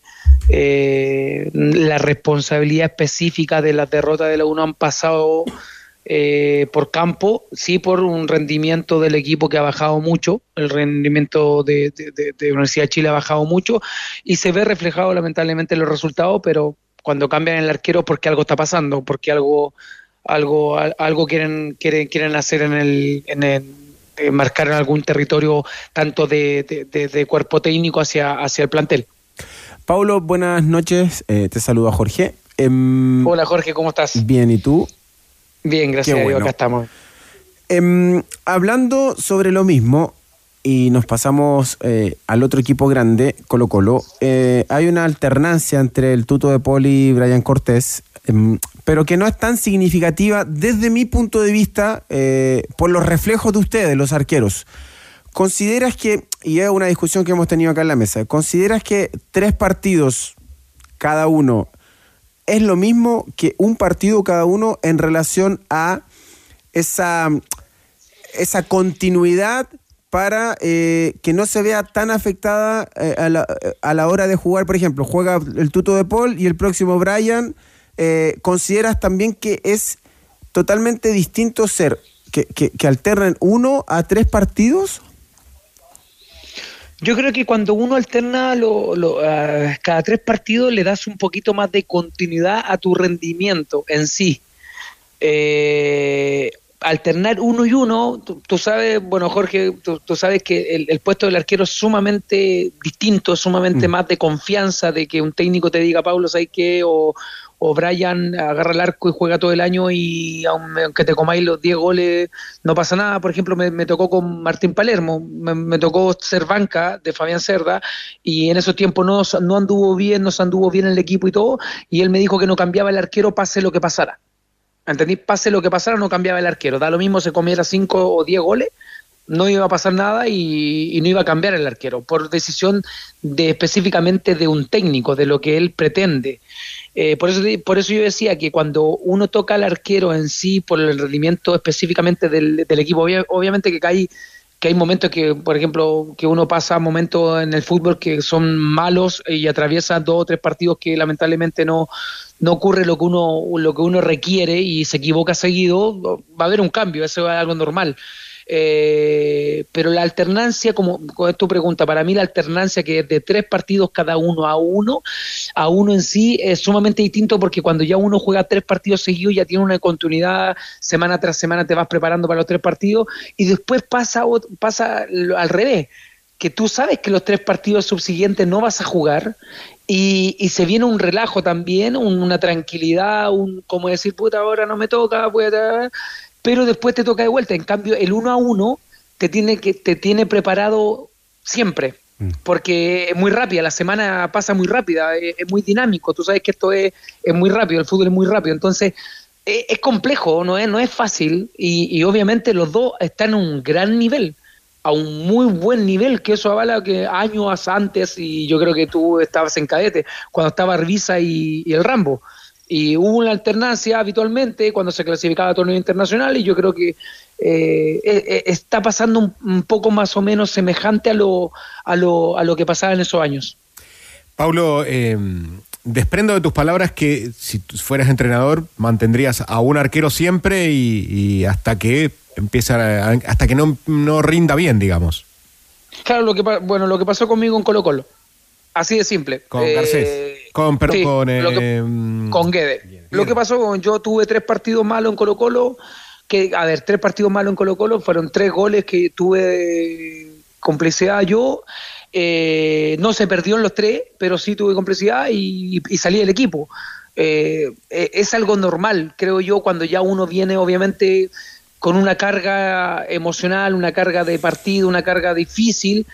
la responsabilidad específica de las derrotas de la U no han pasado por Campo, sí por un rendimiento del equipo que ha bajado mucho, el rendimiento de Universidad de Chile ha bajado mucho y se ve reflejado lamentablemente en los resultados, pero cuando cambian el arquero porque algo está pasando, porque algo quieren hacer marcar en algún territorio tanto de cuerpo técnico hacia el plantel. Paulo, buenas noches, te saluda Jorge. Hola Jorge, ¿cómo estás? Bien, ¿y tú? Bien, gracias a Dios, acá estamos. Hablando sobre lo mismo, y nos pasamos al otro equipo grande, Colo-Colo, hay una alternancia entre el Tuto de Paul y Brian Cortés, pero que no es tan significativa desde mi punto de vista por los reflejos de ustedes, los arqueros. ¿Consideras que, y es una discusión que hemos tenido acá en la mesa, ¿consideras que 3 partidos cada uno es lo mismo que un partido cada uno en relación a esa continuidad para que no se vea tan afectada a la hora de jugar? Por ejemplo, juega el Tuto de Paul y el próximo Brian. ¿Consideras también que es totalmente distinto ser que alternen 1 a 3 partidos? Yo creo que cuando uno alterna cada 3 partidos le das un poquito más de continuidad a tu rendimiento en sí. Alternar 1 y 1, tú sabes, bueno, Jorge, tú sabes que el puesto del arquero es sumamente distinto, sumamente más de confianza, de que un técnico te diga, Paulo, ¿sabes qué? O Brian agarra el arco y juega todo el año y aunque te comáis los 10 goles no pasa nada. Por ejemplo, me tocó con Martín Palermo, me tocó ser banca de Fabián Cerda y en esos tiempos no se anduvo bien el equipo y todo, y él me dijo que no cambiaba el arquero pase lo que pasara. ¿Entendí? Pase lo que pasara, no cambiaba el arquero. Da lo mismo se comiera 5 o 10 goles, no iba a pasar nada y no iba a cambiar el arquero, por decisión específicamente de un técnico, de lo que él pretende. Por eso yo decía que cuando uno toca al arquero en sí, por el rendimiento específicamente del equipo, obviamente que hay momentos que, por ejemplo, que uno pasa momentos en el fútbol que son malos y atraviesa 2 o 3 partidos que lamentablemente no ocurre lo que uno requiere y se equivoca seguido, va a haber un cambio, eso es algo normal. Pero la alternancia, como es tu pregunta, para mí la alternancia que es de 3 partidos cada uno a uno en sí es sumamente distinto, porque cuando ya uno juega 3 partidos seguidos ya tiene una continuidad, semana tras semana te vas preparando para los 3 partidos y después pasa al revés, que tú sabes que los 3 partidos subsiguientes no vas a jugar y se viene un relajo también, una tranquilidad, como decir, puta, ahora no me toca, pero después te toca de vuelta. En cambio, el 1 a 1 te tiene preparado siempre, porque es muy rápida, la semana pasa muy rápida, es muy dinámico, tú sabes que esto es muy rápido, el fútbol es muy rápido, entonces es complejo, no es fácil, y obviamente los dos están a un gran nivel, a un muy buen nivel, que eso avala que años antes, y yo creo que tú estabas en cadete, cuando estaba Arbiza y el Rambo, y hubo una alternancia habitualmente cuando se clasificaba a torneo internacional, y yo creo que está pasando un poco más o menos semejante a lo que pasaba en esos años. Paulo, desprendo de tus palabras que si fueras entrenador mantendrías a un arquero siempre y hasta que hasta que no rinda bien, digamos. Claro, lo que pasó conmigo en Colo-Colo. Así de simple. Con Garcés. Con Guede. Bien. Lo que pasó, yo tuve 3 partidos malos en Colo-Colo, 3 partidos malos en Colo-Colo, fueron 3 goles que tuve complicidad yo, no se perdió en los 3, pero sí tuve complicidad y salí del equipo. Es algo normal, creo yo, cuando ya uno viene obviamente con una carga emocional, una carga de partido, una carga difícil,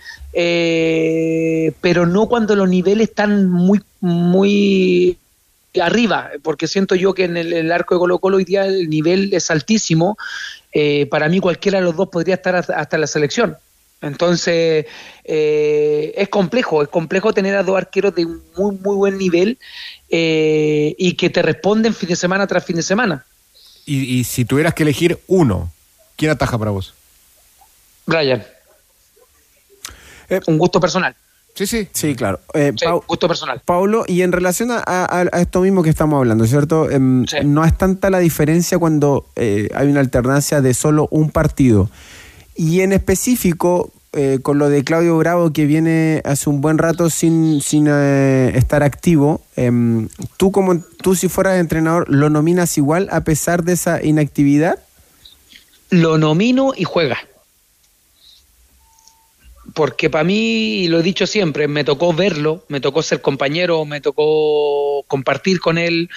pero no cuando los niveles están muy, muy arriba, porque siento yo que en el arco de Colo-Colo hoy día el nivel es altísimo. Para mí cualquiera de los dos podría estar hasta la selección. Entonces es complejo tener a 2 arqueros de un muy, muy buen nivel y que te responden fin de semana tras fin de semana. Y si tuvieras que elegir uno, ¿quién ataja para vos? Brian. Un gusto personal. Sí, claro. Gusto personal. Paulo, y en relación a esto mismo que estamos hablando, ¿cierto? No es tanta la diferencia cuando hay una alternancia de solo un partido. Y en específico, con lo de Claudio Bravo, que viene hace un buen rato sin estar activo, tú si fueras entrenador, ¿lo nominas igual a pesar de esa inactividad? Lo nomino y juega. Porque para mí, y lo he dicho siempre, me tocó verlo, me tocó ser compañero, me tocó compartir con él.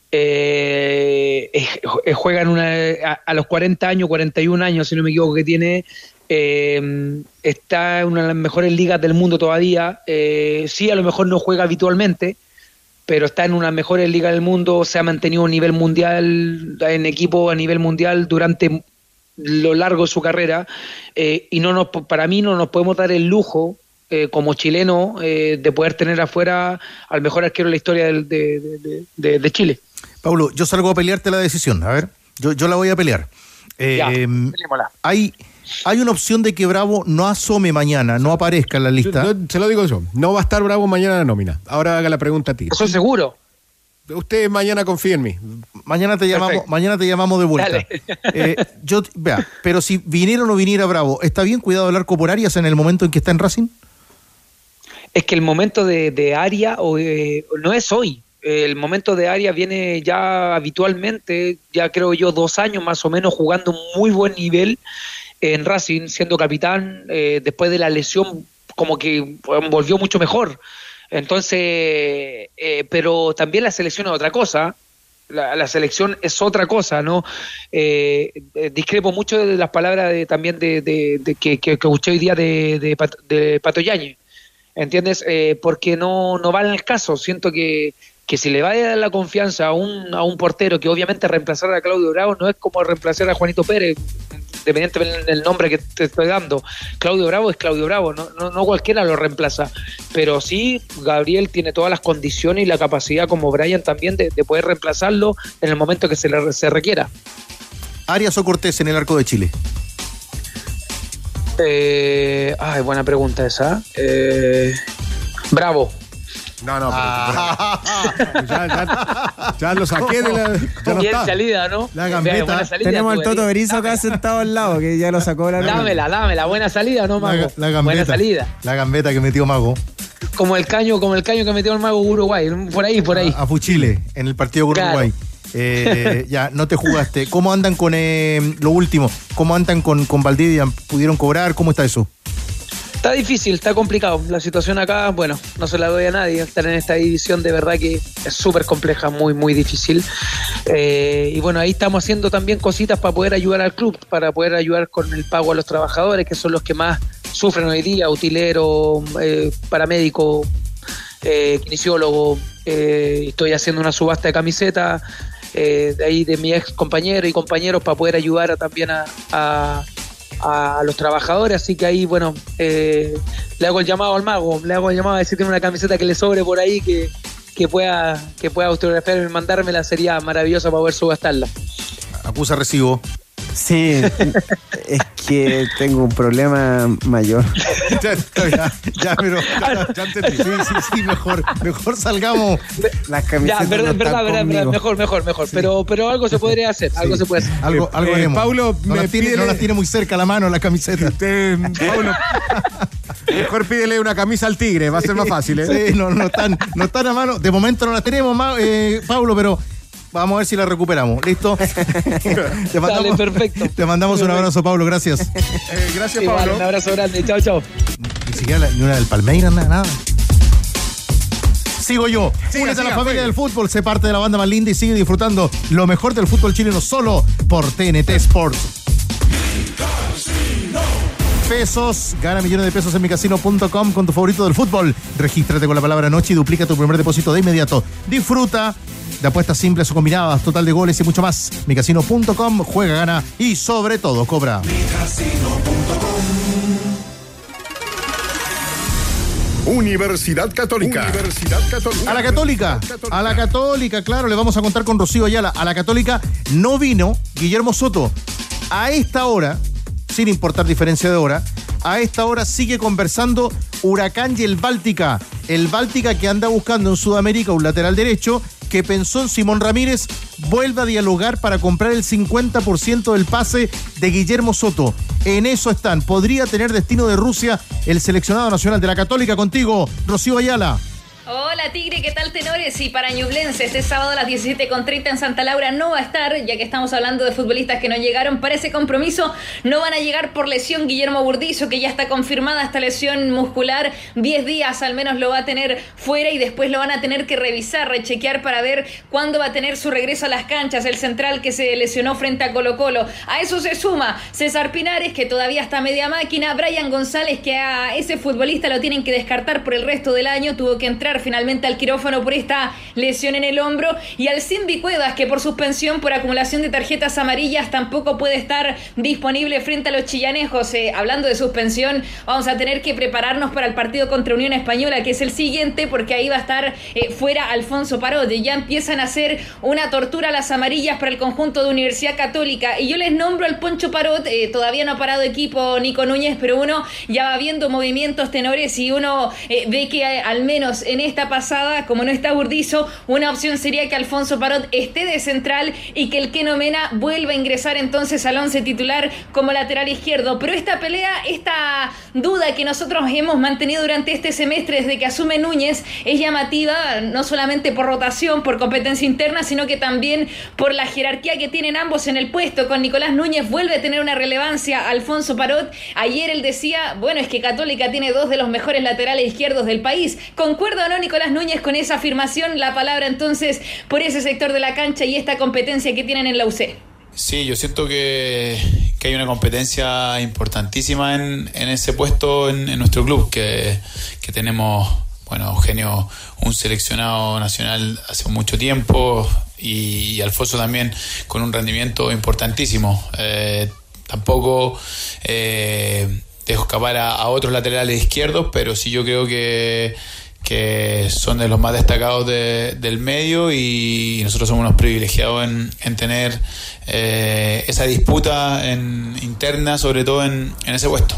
Juega a los 40 años, 41 años, si no me equivoco, que tiene. Está en una de las mejores ligas del mundo todavía. Sí, a lo mejor no juega habitualmente, pero está en una mejores ligas del mundo. Se ha mantenido a un nivel mundial, en equipo a nivel mundial durante lo largo de su carrera, y para mí no nos podemos dar el lujo como chileno de poder tener afuera al mejor arquero de la historia de Chile. Paulo, yo salgo a pelearte la decisión, a ver, yo la voy a pelear. Hay una opción de que Bravo no asome mañana, no aparezca en la lista. Se lo digo yo, no va a estar Bravo mañana en la nómina. Ahora haga la pregunta a ti. ¿Eso es seguro? Usted mañana confía en mí. Mañana te llamamos de vuelta. Pero si viniera o no viniera Bravo, ¿está bien cuidado el arco por Arias en el momento en que está en Racing? Es que el momento de Aria no es hoy. El momento de Aria viene ya habitualmente, ya creo yo 2 años más o menos, jugando un muy buen nivel en Racing, siendo capitán. Después de la lesión como que volvió mucho mejor. Entonces, pero también la selección es otra cosa. La selección es otra cosa, ¿no? Discrepo mucho de las palabras también de que escuché hoy día de Pato Yáñez, ¿entiendes? Porque no vale el caso. Siento que si le va a dar la confianza a un portero, que obviamente reemplazar a Claudio Bravo no es como reemplazar a Juanito Pérez, independientemente del nombre que te estoy dando. Claudio Bravo es Claudio Bravo, no cualquiera lo reemplaza, pero sí Gabriel tiene todas las condiciones y la capacidad, como Brian también, de poder reemplazarlo en el momento que se requiera. ¿Arias o Cortés en el arco de Chile? Buena pregunta esa. Bravo. No, ya lo saqué de la... Bien salida, ¿no? La gambeta. Salida, tenemos al Toto Berizzo acá sentado al lado, que ya lo sacó la... Dámela, buena salida, ¿no, Mago? La gambeta, buena salida. La gambeta que metió Mago. Como el caño que metió el Mago Uruguay, por ahí. A Fuchile, en el partido con Uruguay. Ya, no te jugaste. ¿Cómo andan con lo último? ¿Cómo andan con Valdivia? ¿Pudieron cobrar? ¿Cómo está eso? Está difícil, está complicado. La situación acá, bueno, no se la doy a nadie. Estar en esta división de verdad que es súper compleja, muy, muy difícil. Y bueno, ahí estamos haciendo también cositas para poder ayudar al club, para poder ayudar con el pago a los trabajadores, que son los que más sufren hoy día, utilero, paramédico, kinesiólogo. Estoy haciendo una subasta de camisetas de ahí de mi ex compañero y compañeros para poder ayudar también a los trabajadores, así que ahí, bueno, le hago el llamado al Mago, le hago el llamado a decir que tiene una camiseta que le sobre por ahí, que pueda autografiarme y mandármela, sería maravillosa para poder subastarla. Acusa recibo. Sí, es que tengo un problema mayor. Ya, pero ya entendí. Sí, mejor salgamos. Las camisetas verdad, mejor. Pero algo se podría hacer, algo se puede hacer. Algo haremos. Paulo, no las tiene muy cerca la mano la camiseta. Paulo, mejor pídele una camisa al Tigre, va a ser más fácil, ¿eh? Sí, no están a mano. De momento no las tenemos, Paulo, pero vamos a ver si la recuperamos. ¿Listo? Dale, perfecto. Te mandamos un abrazo, Pablo. Gracias. Gracias, Pablo. Un abrazo grande. Chao. Ni siquiera ni una del Palmeiras, nada. Sigo yo. Únete a la familia del fútbol. Sé parte de la banda más linda y sigue disfrutando lo mejor del fútbol chileno solo por TNT Sports. Pesos, gana millones de pesos en micasino.com con tu favorito del fútbol. Regístrate con la palabra noche y duplica tu primer depósito de inmediato. Disfruta de apuestas simples o combinadas, total de goles y mucho más. Micasino.com, juega, gana y sobre todo cobra. Universidad Católica. A la Católica, claro, le vamos a contar con Rocío Ayala. A la Católica no vino Guillermo Soto. A esta hora, sin importar diferencia de hora, a esta hora sigue conversando Huracán y el Báltica. El Báltica, que anda buscando en Sudamérica un lateral derecho, que pensó en Simón Ramírez, vuelve a dialogar para comprar el 50% del pase de Guillermo Soto. En eso están. Podría tener destino de Rusia el seleccionado nacional de la Católica. Contigo, Rocío Ayala. Hola Tigre, ¿qué tal tenores? Y para Ñublense, este sábado a las 17:30 en Santa Laura no va a estar, ya que estamos hablando de futbolistas que no llegaron para ese compromiso. No van a llegar por lesión Guillermo Burdizo, que ya está confirmada esta lesión muscular. 10 días al menos lo va a tener fuera y después lo van a tener que revisar, rechequear para ver cuándo va a tener su regreso a las canchas. El central que se lesionó frente a Colo-Colo. A eso se suma César Pinares, que todavía está media máquina. Brian González, que a ese futbolista lo tienen que descartar por el resto del año. Tuvo que entrar finalmente al quirófano por esta lesión en el hombro, y al Simbi Cuevas, que por suspensión por acumulación de tarjetas amarillas tampoco puede estar disponible frente a los chillanejos. Hablando de suspensión, vamos a tener que prepararnos para el partido contra Unión Española, que es el siguiente, porque ahí va a estar fuera Alfonso Parot. Ya empiezan a hacer una tortura a las amarillas para el conjunto de Universidad Católica, y yo les nombro al Poncho Parot. Todavía no ha parado equipo Nico Núñez, pero uno ya va viendo movimientos, tenores, y uno ve que al menos en esta pasada, como no está Burdizo, una opción sería que Alfonso Parot esté de central y que el Keno Mena vuelva a ingresar entonces al 11 titular como lateral izquierdo. Pero esta pelea, esta duda que nosotros hemos mantenido durante este semestre desde que asume Núñez es llamativa, no solamente por rotación, por competencia interna, sino que también por la jerarquía que tienen ambos en el puesto. Con Nicolás Núñez vuelve a tener una relevancia Alfonso Parot. Ayer él decía, bueno, es que Católica tiene dos de los mejores laterales izquierdos del país. ¿Concuerda o no Nicolás Núñez con esa afirmación? La palabra entonces por ese sector de la cancha y esta competencia que tienen en la UC. Sí, yo siento que hay una competencia importantísima en ese puesto en nuestro club, que tenemos, bueno, Eugenio, un seleccionado nacional hace mucho tiempo, y Alfonso también con un rendimiento importantísimo. Tampoco dejo escapar a otros laterales izquierdos, pero sí yo creo que son de los más destacados del medio, y nosotros somos unos privilegiados en tener esa disputa interna, sobre todo en ese puesto.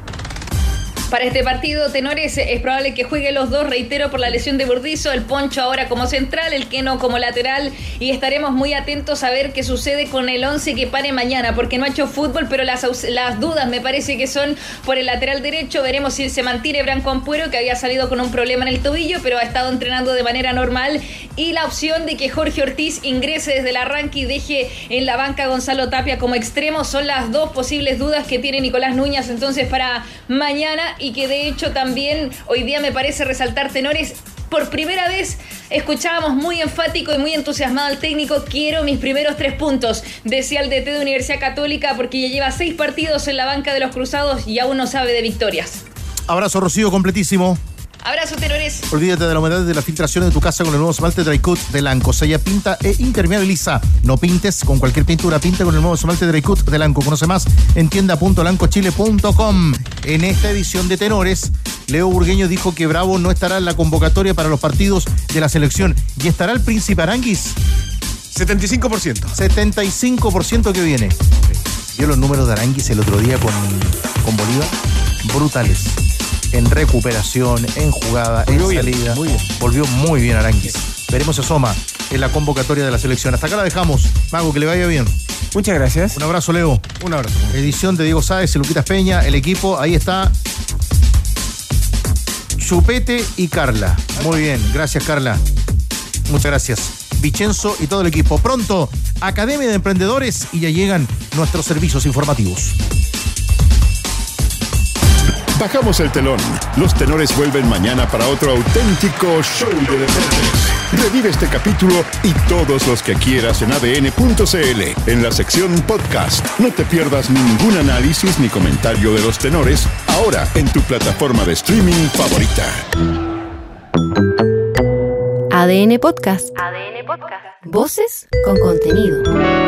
Para este partido, tenores, es probable que jueguen los dos, reitero, por la lesión de Burdizo, el Poncho ahora como central, el Keno como lateral, y estaremos muy atentos a ver qué sucede con el 11 que pare mañana, porque no ha hecho fútbol, pero las dudas me parece que son por el lateral derecho. Veremos si se mantiene Branco Ampuero, que había salido con un problema en el tobillo, pero ha estado entrenando de manera normal, y la opción de que Jorge Ortiz ingrese desde el arranque y deje en la banca a Gonzalo Tapia como extremo. Son las dos posibles dudas que tiene Nicolás Núñez entonces para mañana, y que de hecho también hoy día me parece resaltar, tenores, por primera vez escuchábamos muy enfático y muy entusiasmado al técnico. Quiero mis primeros 3 puntos, decía el DT de Universidad Católica, porque ya lleva 6 partidos en la banca de los Cruzados y aún no sabe de victorias. Abrazo, Rocío, completísimo. Abrazo, tenores. Olvídate de la humedad de la filtración de tu casa con el nuevo esmalte Drycut de Lanco. Sella, pinta e impermeabiliza. No pintes con cualquier pintura, pinta con el nuevo esmalte Drycut de Lanco. Conoce más en tienda.lancochile.com. En esta edición de Tenores, Leo Burgueño dijo que Bravo no estará en la convocatoria para los partidos de la selección. ¿Y estará el Príncipe Aranguis? 75%. 75% que viene. Vio los números de Aranguis el otro día con Bolívar. Brutales. En recuperación, en jugada, en salida. Muy bien. Volvió muy bien Aranguis. Veremos si asoma en la convocatoria de la selección. Hasta acá la dejamos. Mago, que le vaya bien. Muchas gracias. Un abrazo, Leo. Un abrazo. Edición de Diego Sáez, Luquitas Peña, el equipo. Ahí está Chupete y Carla. Muy bien. Gracias, Carla. Muchas gracias. Vicenzo y todo el equipo. Pronto, Academia de Emprendedores, y ya llegan nuestros servicios informativos. Bajamos el telón. Los tenores vuelven mañana para otro auténtico show de deportes. Revive este capítulo y todos los que quieras en adn.cl, en la sección podcast. No te pierdas ningún análisis ni comentario de los tenores, ahora en tu plataforma de streaming favorita. ADN Podcast. ADN Podcast. Voces con contenido.